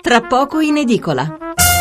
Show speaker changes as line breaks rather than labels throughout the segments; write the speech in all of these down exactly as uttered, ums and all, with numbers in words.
Tra poco in edicola.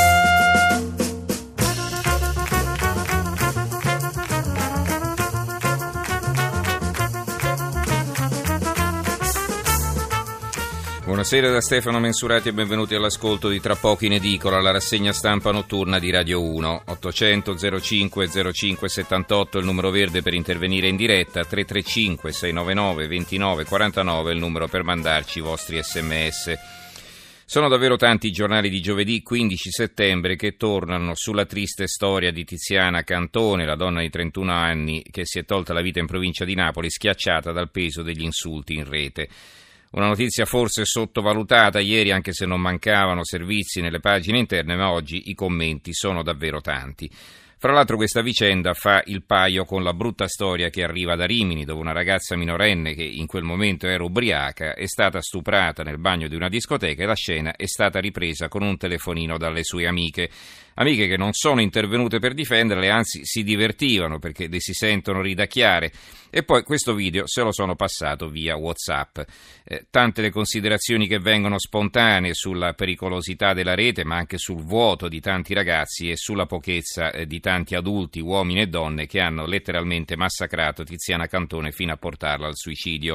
Buonasera da Stefano Mensurati e benvenuti all'ascolto di Tra poco in edicola, la rassegna stampa notturna di Radio uno. ottocento zero cinque zero cinque settantotto il numero verde per intervenire in diretta, tre tre cinque sei nove nove due nove quattro nove il numero per mandarci i vostri sms. Sono davvero tanti i giornali di giovedì quindici settembre che tornano sulla triste storia di Tiziana Cantone, la donna di trentuno anni che si è tolta la vita in provincia di Napoli, schiacciata dal peso degli insulti in rete. Una notizia forse sottovalutata ieri, anche se non mancavano servizi nelle pagine interne, ma oggi i commenti sono davvero tanti. Fra l'altro questa vicenda fa il paio con la brutta storia che arriva da Rimini, dove una ragazza minorenne che in quel momento era ubriaca è stata stuprata nel bagno di una discoteca e la scena è stata ripresa con un telefonino dalle sue amiche. Amiche che non sono intervenute per difenderle, anzi si divertivano perché le si sentono ridacchiare, e poi questo video se lo sono passato via WhatsApp. Eh, tante le considerazioni che vengono spontanee sulla pericolosità della rete, ma anche sul vuoto di tanti ragazzi e sulla pochezza eh, di tanti adulti, uomini e donne, che hanno letteralmente massacrato Tiziana Cantone fino a portarla al suicidio.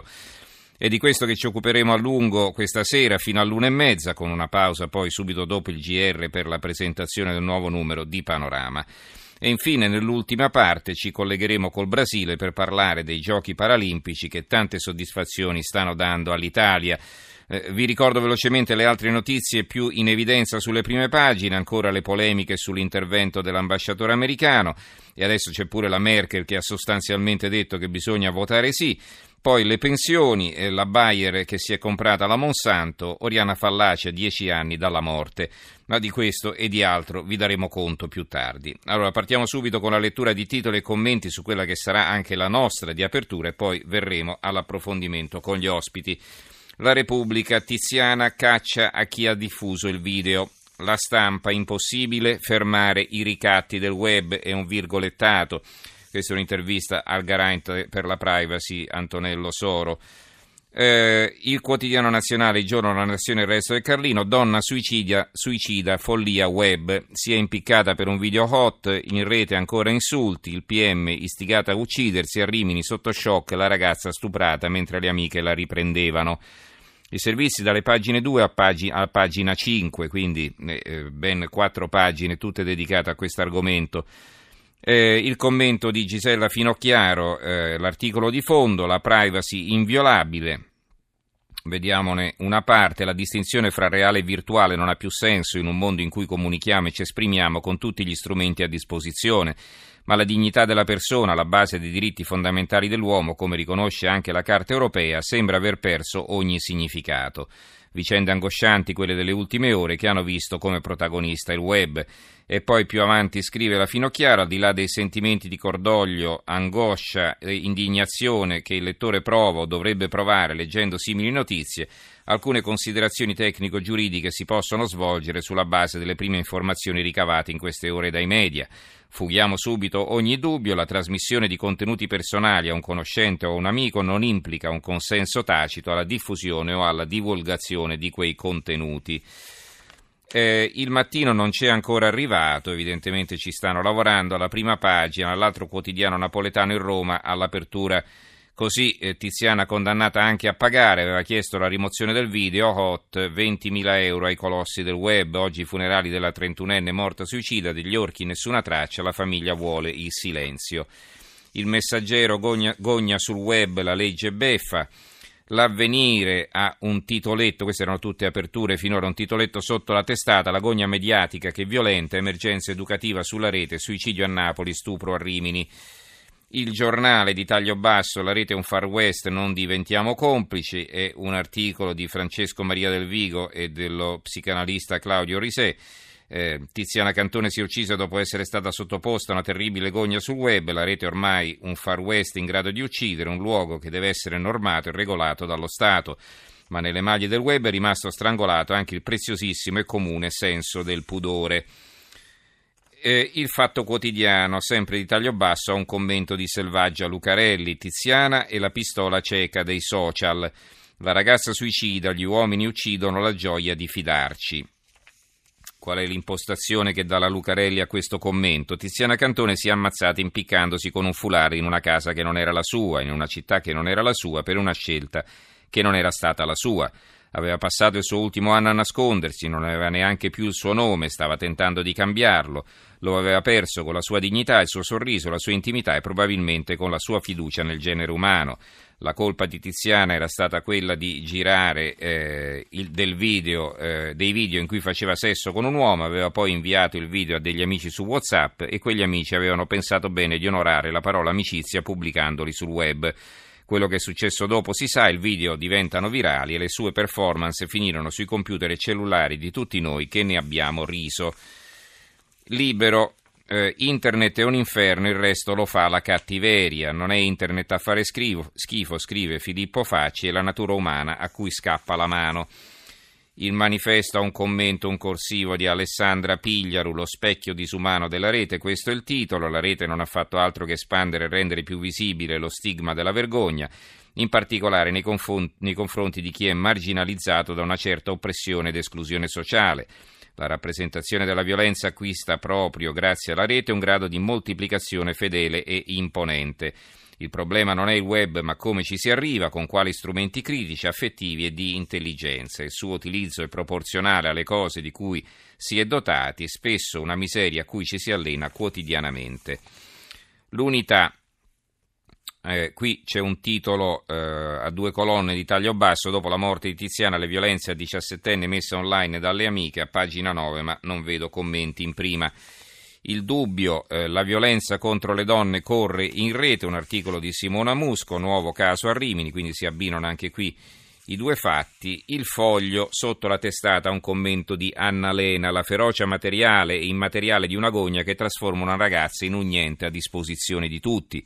È di questo che ci occuperemo a lungo questa sera fino all'una e mezza, con una pausa poi subito dopo il G R per la presentazione del nuovo numero di Panorama. E infine nell'ultima parte ci collegheremo col Brasile per parlare dei Giochi Paralimpici che tante soddisfazioni stanno dando all'Italia. Eh, vi ricordo velocemente le altre notizie più in evidenza sulle prime pagine, ancora le polemiche sull'intervento dell'ambasciatore americano, e adesso c'è pure la Merkel che ha sostanzialmente detto che bisogna votare sì. Poi le pensioni, eh, la Bayer che si è comprata la Monsanto, Oriana Fallaci a dieci anni dalla morte. Ma di questo e di altro vi daremo conto più tardi. Allora partiamo subito con la lettura di titoli e commenti su quella che sarà anche la nostra di apertura e poi verremo all'approfondimento con gli ospiti. La Repubblica, Tiziana caccia a chi ha diffuso il video. La Stampa, impossibile fermare i ricatti del web, è un virgolettato. Questa è un'intervista al garante per la privacy Antonello Soro. Eh, il Quotidiano Nazionale, il Giorno, La Nazione, Il Resto del Carlino, donna suicida, suicida, follia web, si è impiccata per un video hot, in rete ancora insulti, il P M istigata a uccidersi, a Rimini sotto shock la ragazza stuprata mentre le amiche la riprendevano. I servizi dalle pagine due a, pag- a pagina cinque, quindi eh, ben quattro pagine tutte dedicate a questo argomento. Eh, il commento di Gisella Finocchiaro, eh, l'articolo di fondo, la privacy inviolabile. Vediamone una parte, la distinzione fra reale e virtuale non ha più senso in un mondo in cui comunichiamo e ci esprimiamo con tutti gli strumenti a disposizione, ma la dignità della persona, la base dei diritti fondamentali dell'uomo, come riconosce anche la Carta europea, sembra aver perso ogni significato. Vicende angoscianti quelle delle ultime ore che hanno visto come protagonista il web. E poi più avanti scrive la Finocchiaro, al di là dei sentimenti di cordoglio, angoscia e indignazione che il lettore prova o dovrebbe provare leggendo simili notizie, alcune considerazioni tecnico-giuridiche si possono svolgere sulla base delle prime informazioni ricavate in queste ore dai media. Fughiamo subito ogni dubbio, la trasmissione di contenuti personali a un conoscente o a un amico non implica un consenso tacito alla diffusione o alla divulgazione di quei contenuti. Eh, il Mattino non c'è ancora arrivato, evidentemente ci stanno lavorando, alla prima pagina, all'altro quotidiano napoletano in Roma, all'apertura così, eh, Tiziana condannata anche a pagare, aveva chiesto la rimozione del video, hot, ventimila euro ai colossi del web, oggi i funerali della trentunenne morta suicida, degli orchi nessuna traccia, la famiglia vuole il silenzio. Il Messaggero, gogna, gogna sul web, la legge beffa. L'Avvenire ha un titoletto, queste erano tutte aperture finora, un titoletto sotto la testata, la gogna mediatica che è violenta, emergenza educativa sulla rete, suicidio a Napoli, stupro a Rimini. Il Giornale di taglio basso, la rete è un far west, non diventiamo complici, è un articolo di Francesco Maria Del Vigo e dello psicanalista Claudio Risè. Eh, Tiziana Cantone si è uccisa dopo essere stata sottoposta a una terribile gogna sul web, la rete ormai un far west in grado di uccidere, un luogo che deve essere normato e regolato dallo Stato, ma nelle maglie del web è rimasto strangolato anche il preziosissimo e comune senso del pudore. Eh, il Fatto Quotidiano, sempre di taglio basso, ha un commento di Selvaggia Lucarelli, Tiziana e la pistola cieca dei social. La ragazza suicida, gli uomini uccidono la gioia di fidarci. Qual è l'impostazione che dà la Lucarelli a questo commento? Tiziana Cantone si è ammazzata impiccandosi con un foulard in una casa che non era la sua, in una città che non era la sua, per una scelta che non era stata la sua. Aveva passato il suo ultimo anno a nascondersi, non aveva neanche più il suo nome, stava tentando di cambiarlo, lo aveva perso con la sua dignità, il suo sorriso, la sua intimità e probabilmente con la sua fiducia nel genere umano. La colpa di Tiziana era stata quella di girare eh, il, del video, eh, dei video in cui faceva sesso con un uomo, aveva poi inviato il video a degli amici su WhatsApp e quegli amici avevano pensato bene di onorare la parola amicizia pubblicandoli sul web. Quello che è successo dopo si sa, il video diventano virali e le sue performance finirono sui computer e cellulari di tutti noi che ne abbiamo riso. Libero, eh, internet è un inferno, il resto lo fa la cattiveria, non è internet a fare schifo, schifo scrive Filippo Facci, è la natura umana a cui scappa la mano. Il manifesto ha un commento, un corsivo di Alessandra Pigliaru, lo specchio disumano della rete, questo è il titolo, la rete non ha fatto altro che espandere e rendere più visibile lo stigma della vergogna, in particolare nei, confon- nei confronti di chi è marginalizzato da una certa oppressione ed esclusione sociale. La rappresentazione della violenza acquista proprio grazie alla rete un grado di moltiplicazione fedele e imponente. Il problema non è il web, ma come ci si arriva, con quali strumenti critici, affettivi e di intelligenza. Il suo utilizzo è proporzionale alle cose di cui si è dotati, spesso una miseria a cui ci si allena quotidianamente. L'unità, eh, qui c'è un titolo eh, a due colonne di taglio basso, dopo la morte di Tiziana, le violenze a diciassettenne messe online dalle amiche, a pagina nove, ma non vedo commenti in prima. Il dubbio, eh, la violenza contro le donne corre in rete, un articolo di Simona Musco, nuovo caso a Rimini, quindi si abbinano anche qui i due fatti. Il Foglio, sotto la testata un commento di Anna Lena, la ferocia materiale e immateriale di una gogna che trasforma una ragazza in un niente a disposizione di tutti.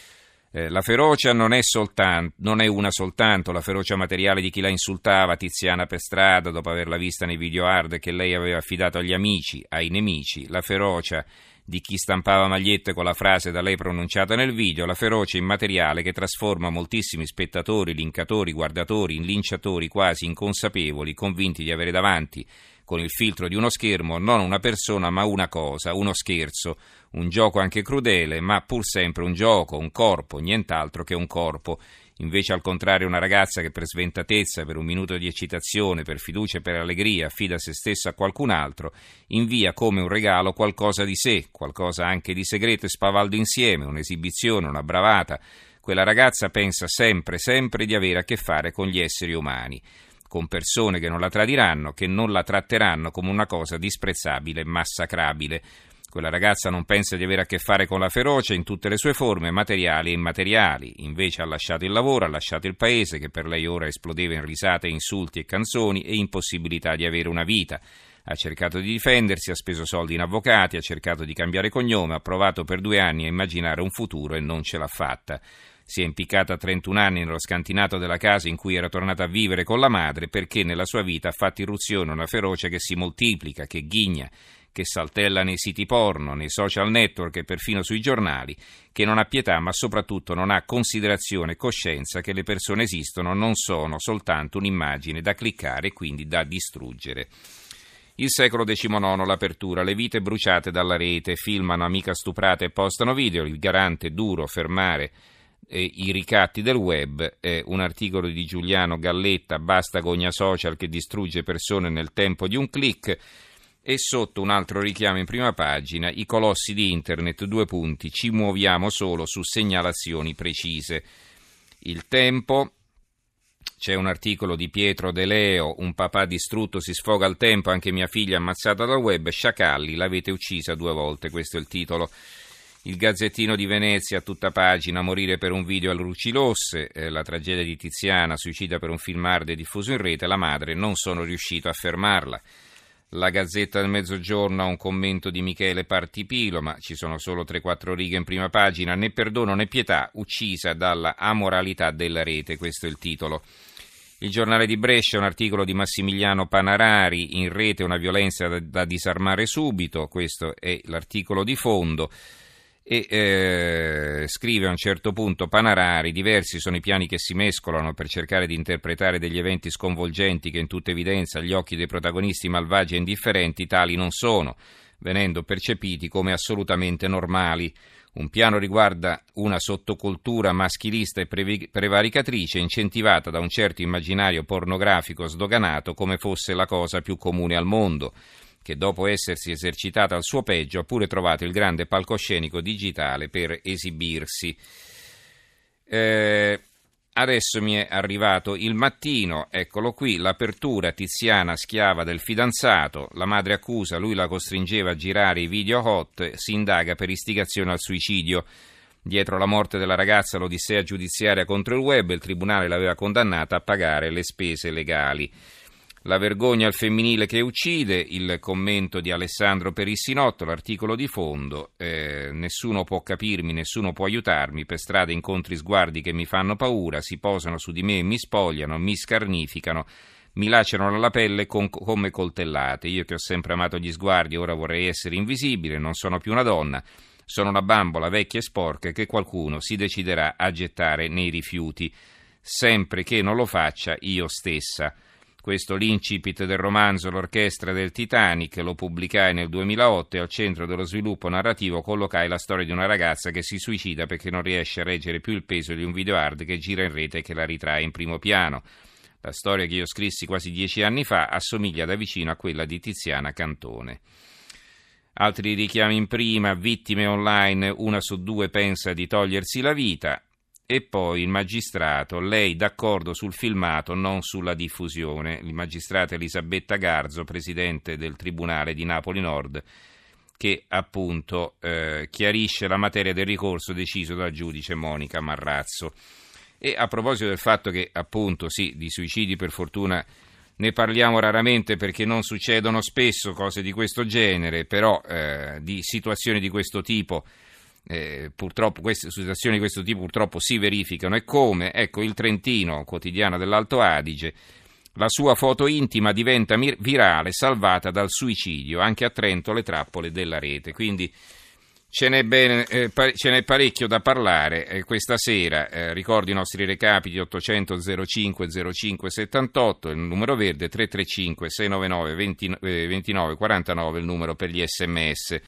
Eh, la ferocia non è, soltanto, non è una soltanto, la ferocia materiale di chi la insultava, Tiziana, per strada, dopo averla vista nei video hard che lei aveva affidato agli amici, ai nemici, la ferocia di chi stampava magliette con la frase da lei pronunciata nel video, la ferocia immateriale che trasforma moltissimi spettatori, linkatori, guardatori in linciatori quasi inconsapevoli, convinti di avere davanti, con il filtro di uno schermo, non una persona ma una cosa, uno scherzo, un gioco anche crudele, ma pur sempre un gioco, un corpo, nient'altro che un corpo. Invece al contrario una ragazza che per sventatezza, per un minuto di eccitazione, per fiducia e per allegria affida se stessa a qualcun altro, invia come un regalo qualcosa di sé, qualcosa anche di segreto e spavaldo insieme, un'esibizione, una bravata. Quella ragazza pensa sempre, sempre di avere a che fare con gli esseri umani, con persone che non la tradiranno, che non la tratteranno come una cosa disprezzabile e massacrabile. Quella ragazza non pensa di avere a che fare con la ferocia in tutte le sue forme, materiali e immateriali. Invece ha lasciato il lavoro, ha lasciato il paese, che per lei ora esplodeva in risate, insulti e canzoni, e impossibilità di avere una vita. Ha cercato di difendersi, ha speso soldi in avvocati, ha cercato di cambiare cognome, ha provato per due anni a immaginare un futuro e non ce l'ha fatta. Si è impiccata a trentuno anni nello scantinato della casa in cui era tornata a vivere con la madre, perché nella sua vita ha fatto irruzione una ferocia che si moltiplica, che ghigna, che saltella nei siti porno, nei social network e perfino sui giornali, che non ha pietà ma soprattutto non ha considerazione e coscienza che le persone esistono, non sono soltanto un'immagine da cliccare e quindi da distruggere. Il secolo diciannove, l'apertura, le vite bruciate dalla rete, filmano amica stuprata e postano video, il garante duro fermare eh, i ricatti del web, eh, un articolo di Giuliano Galletta, basta gogna social che distrugge persone nel tempo di un click. E sotto un altro richiamo in prima pagina, i colossi di internet, due punti, ci muoviamo solo su segnalazioni precise. Il Tempo, c'è un articolo di Pietro De Leo, un papà distrutto si sfoga al tempo, anche mia figlia ammazzata dal web, sciacalli, l'avete uccisa due volte, questo è il titolo. Il Gazzettino di Venezia, a tutta pagina, morire per un video al Rucilosse, eh, la tragedia di Tiziana, suicida per un film hard diffuso in rete, la madre, non sono riuscito a fermarla. La Gazzetta del Mezzogiorno ha un commento di Michele Partipilo, ma ci sono solo tre quattro righe in prima pagina, né perdono né pietà, uccisa dalla amoralità della rete, questo è il titolo. Il Giornale di Brescia, un articolo di Massimiliano Panarari, in rete una violenza da, da disarmare subito, questo è l'articolo di fondo. E eh, scrive a un certo punto Panarari: diversi sono i piani che si mescolano per cercare di interpretare degli eventi sconvolgenti che in tutta evidenza agli occhi dei protagonisti malvagi e indifferenti tali non sono, venendo percepiti come assolutamente normali. Un piano riguarda una sottocultura maschilista e previ- prevaricatrice incentivata da un certo immaginario pornografico sdoganato come fosse la cosa più comune al mondo, che dopo essersi esercitata al suo peggio ha pure trovato il grande palcoscenico digitale per esibirsi. Eh, adesso mi è arrivato Il Mattino, eccolo qui, l'apertura: Tiziana schiava del fidanzato, la madre accusa, lui la costringeva a girare i video hot, si indaga per istigazione al suicidio. Dietro la morte della ragazza l'odissea giudiziaria contro il web, il tribunale l'aveva condannata a pagare le spese legali. La vergogna al femminile che uccide, il commento di Alessandro Perissinotto, l'articolo di fondo: eh, nessuno può capirmi, nessuno può aiutarmi, per strada incontri sguardi che mi fanno paura, si posano su di me e mi spogliano, mi scarnificano, mi lacerano la pelle con, come coltellate. Io che ho sempre amato gli sguardi, ora vorrei essere invisibile, non sono più una donna, sono una bambola vecchia e sporca che qualcuno si deciderà a gettare nei rifiuti, sempre che non lo faccia io stessa. Questo l'incipit del romanzo L'orchestra del Titanic, lo pubblicai nel duemilaotto e al centro dello sviluppo narrativo collocai la storia di una ragazza che si suicida perché non riesce a reggere più il peso di un videohard che gira in rete e che la ritrae in primo piano. La storia che io scrissi quasi dieci anni fa assomiglia da vicino a quella di Tiziana Cantone. Altri richiami in prima: vittime online, una su due pensa di togliersi la vita. E poi il magistrato, lei d'accordo sul filmato, non sulla diffusione. Il magistrato Elisabetta Garzo, presidente del Tribunale di Napoli Nord, che appunto eh, chiarisce la materia del ricorso deciso dal giudice Monica Marrazzo. E a proposito del fatto che appunto sì, di suicidi per fortuna ne parliamo raramente perché non succedono spesso cose di questo genere, però eh, di situazioni di questo tipo Eh, purtroppo queste situazioni di questo tipo purtroppo si verificano. E come? Ecco, il Trentino, quotidiano dell'Alto Adige, la sua foto intima diventa mir- virale, salvata dal suicidio, anche a Trento le trappole della rete. Quindi ce n'è, bene, eh, pa- ce n'è parecchio da parlare eh, questa sera. Eh, ricordo i nostri recapiti: ottocento zero cinque zero cinque settantotto, il numero verde, tre tre cinque sei nove nove ventinove quarantanove il numero per gli sms.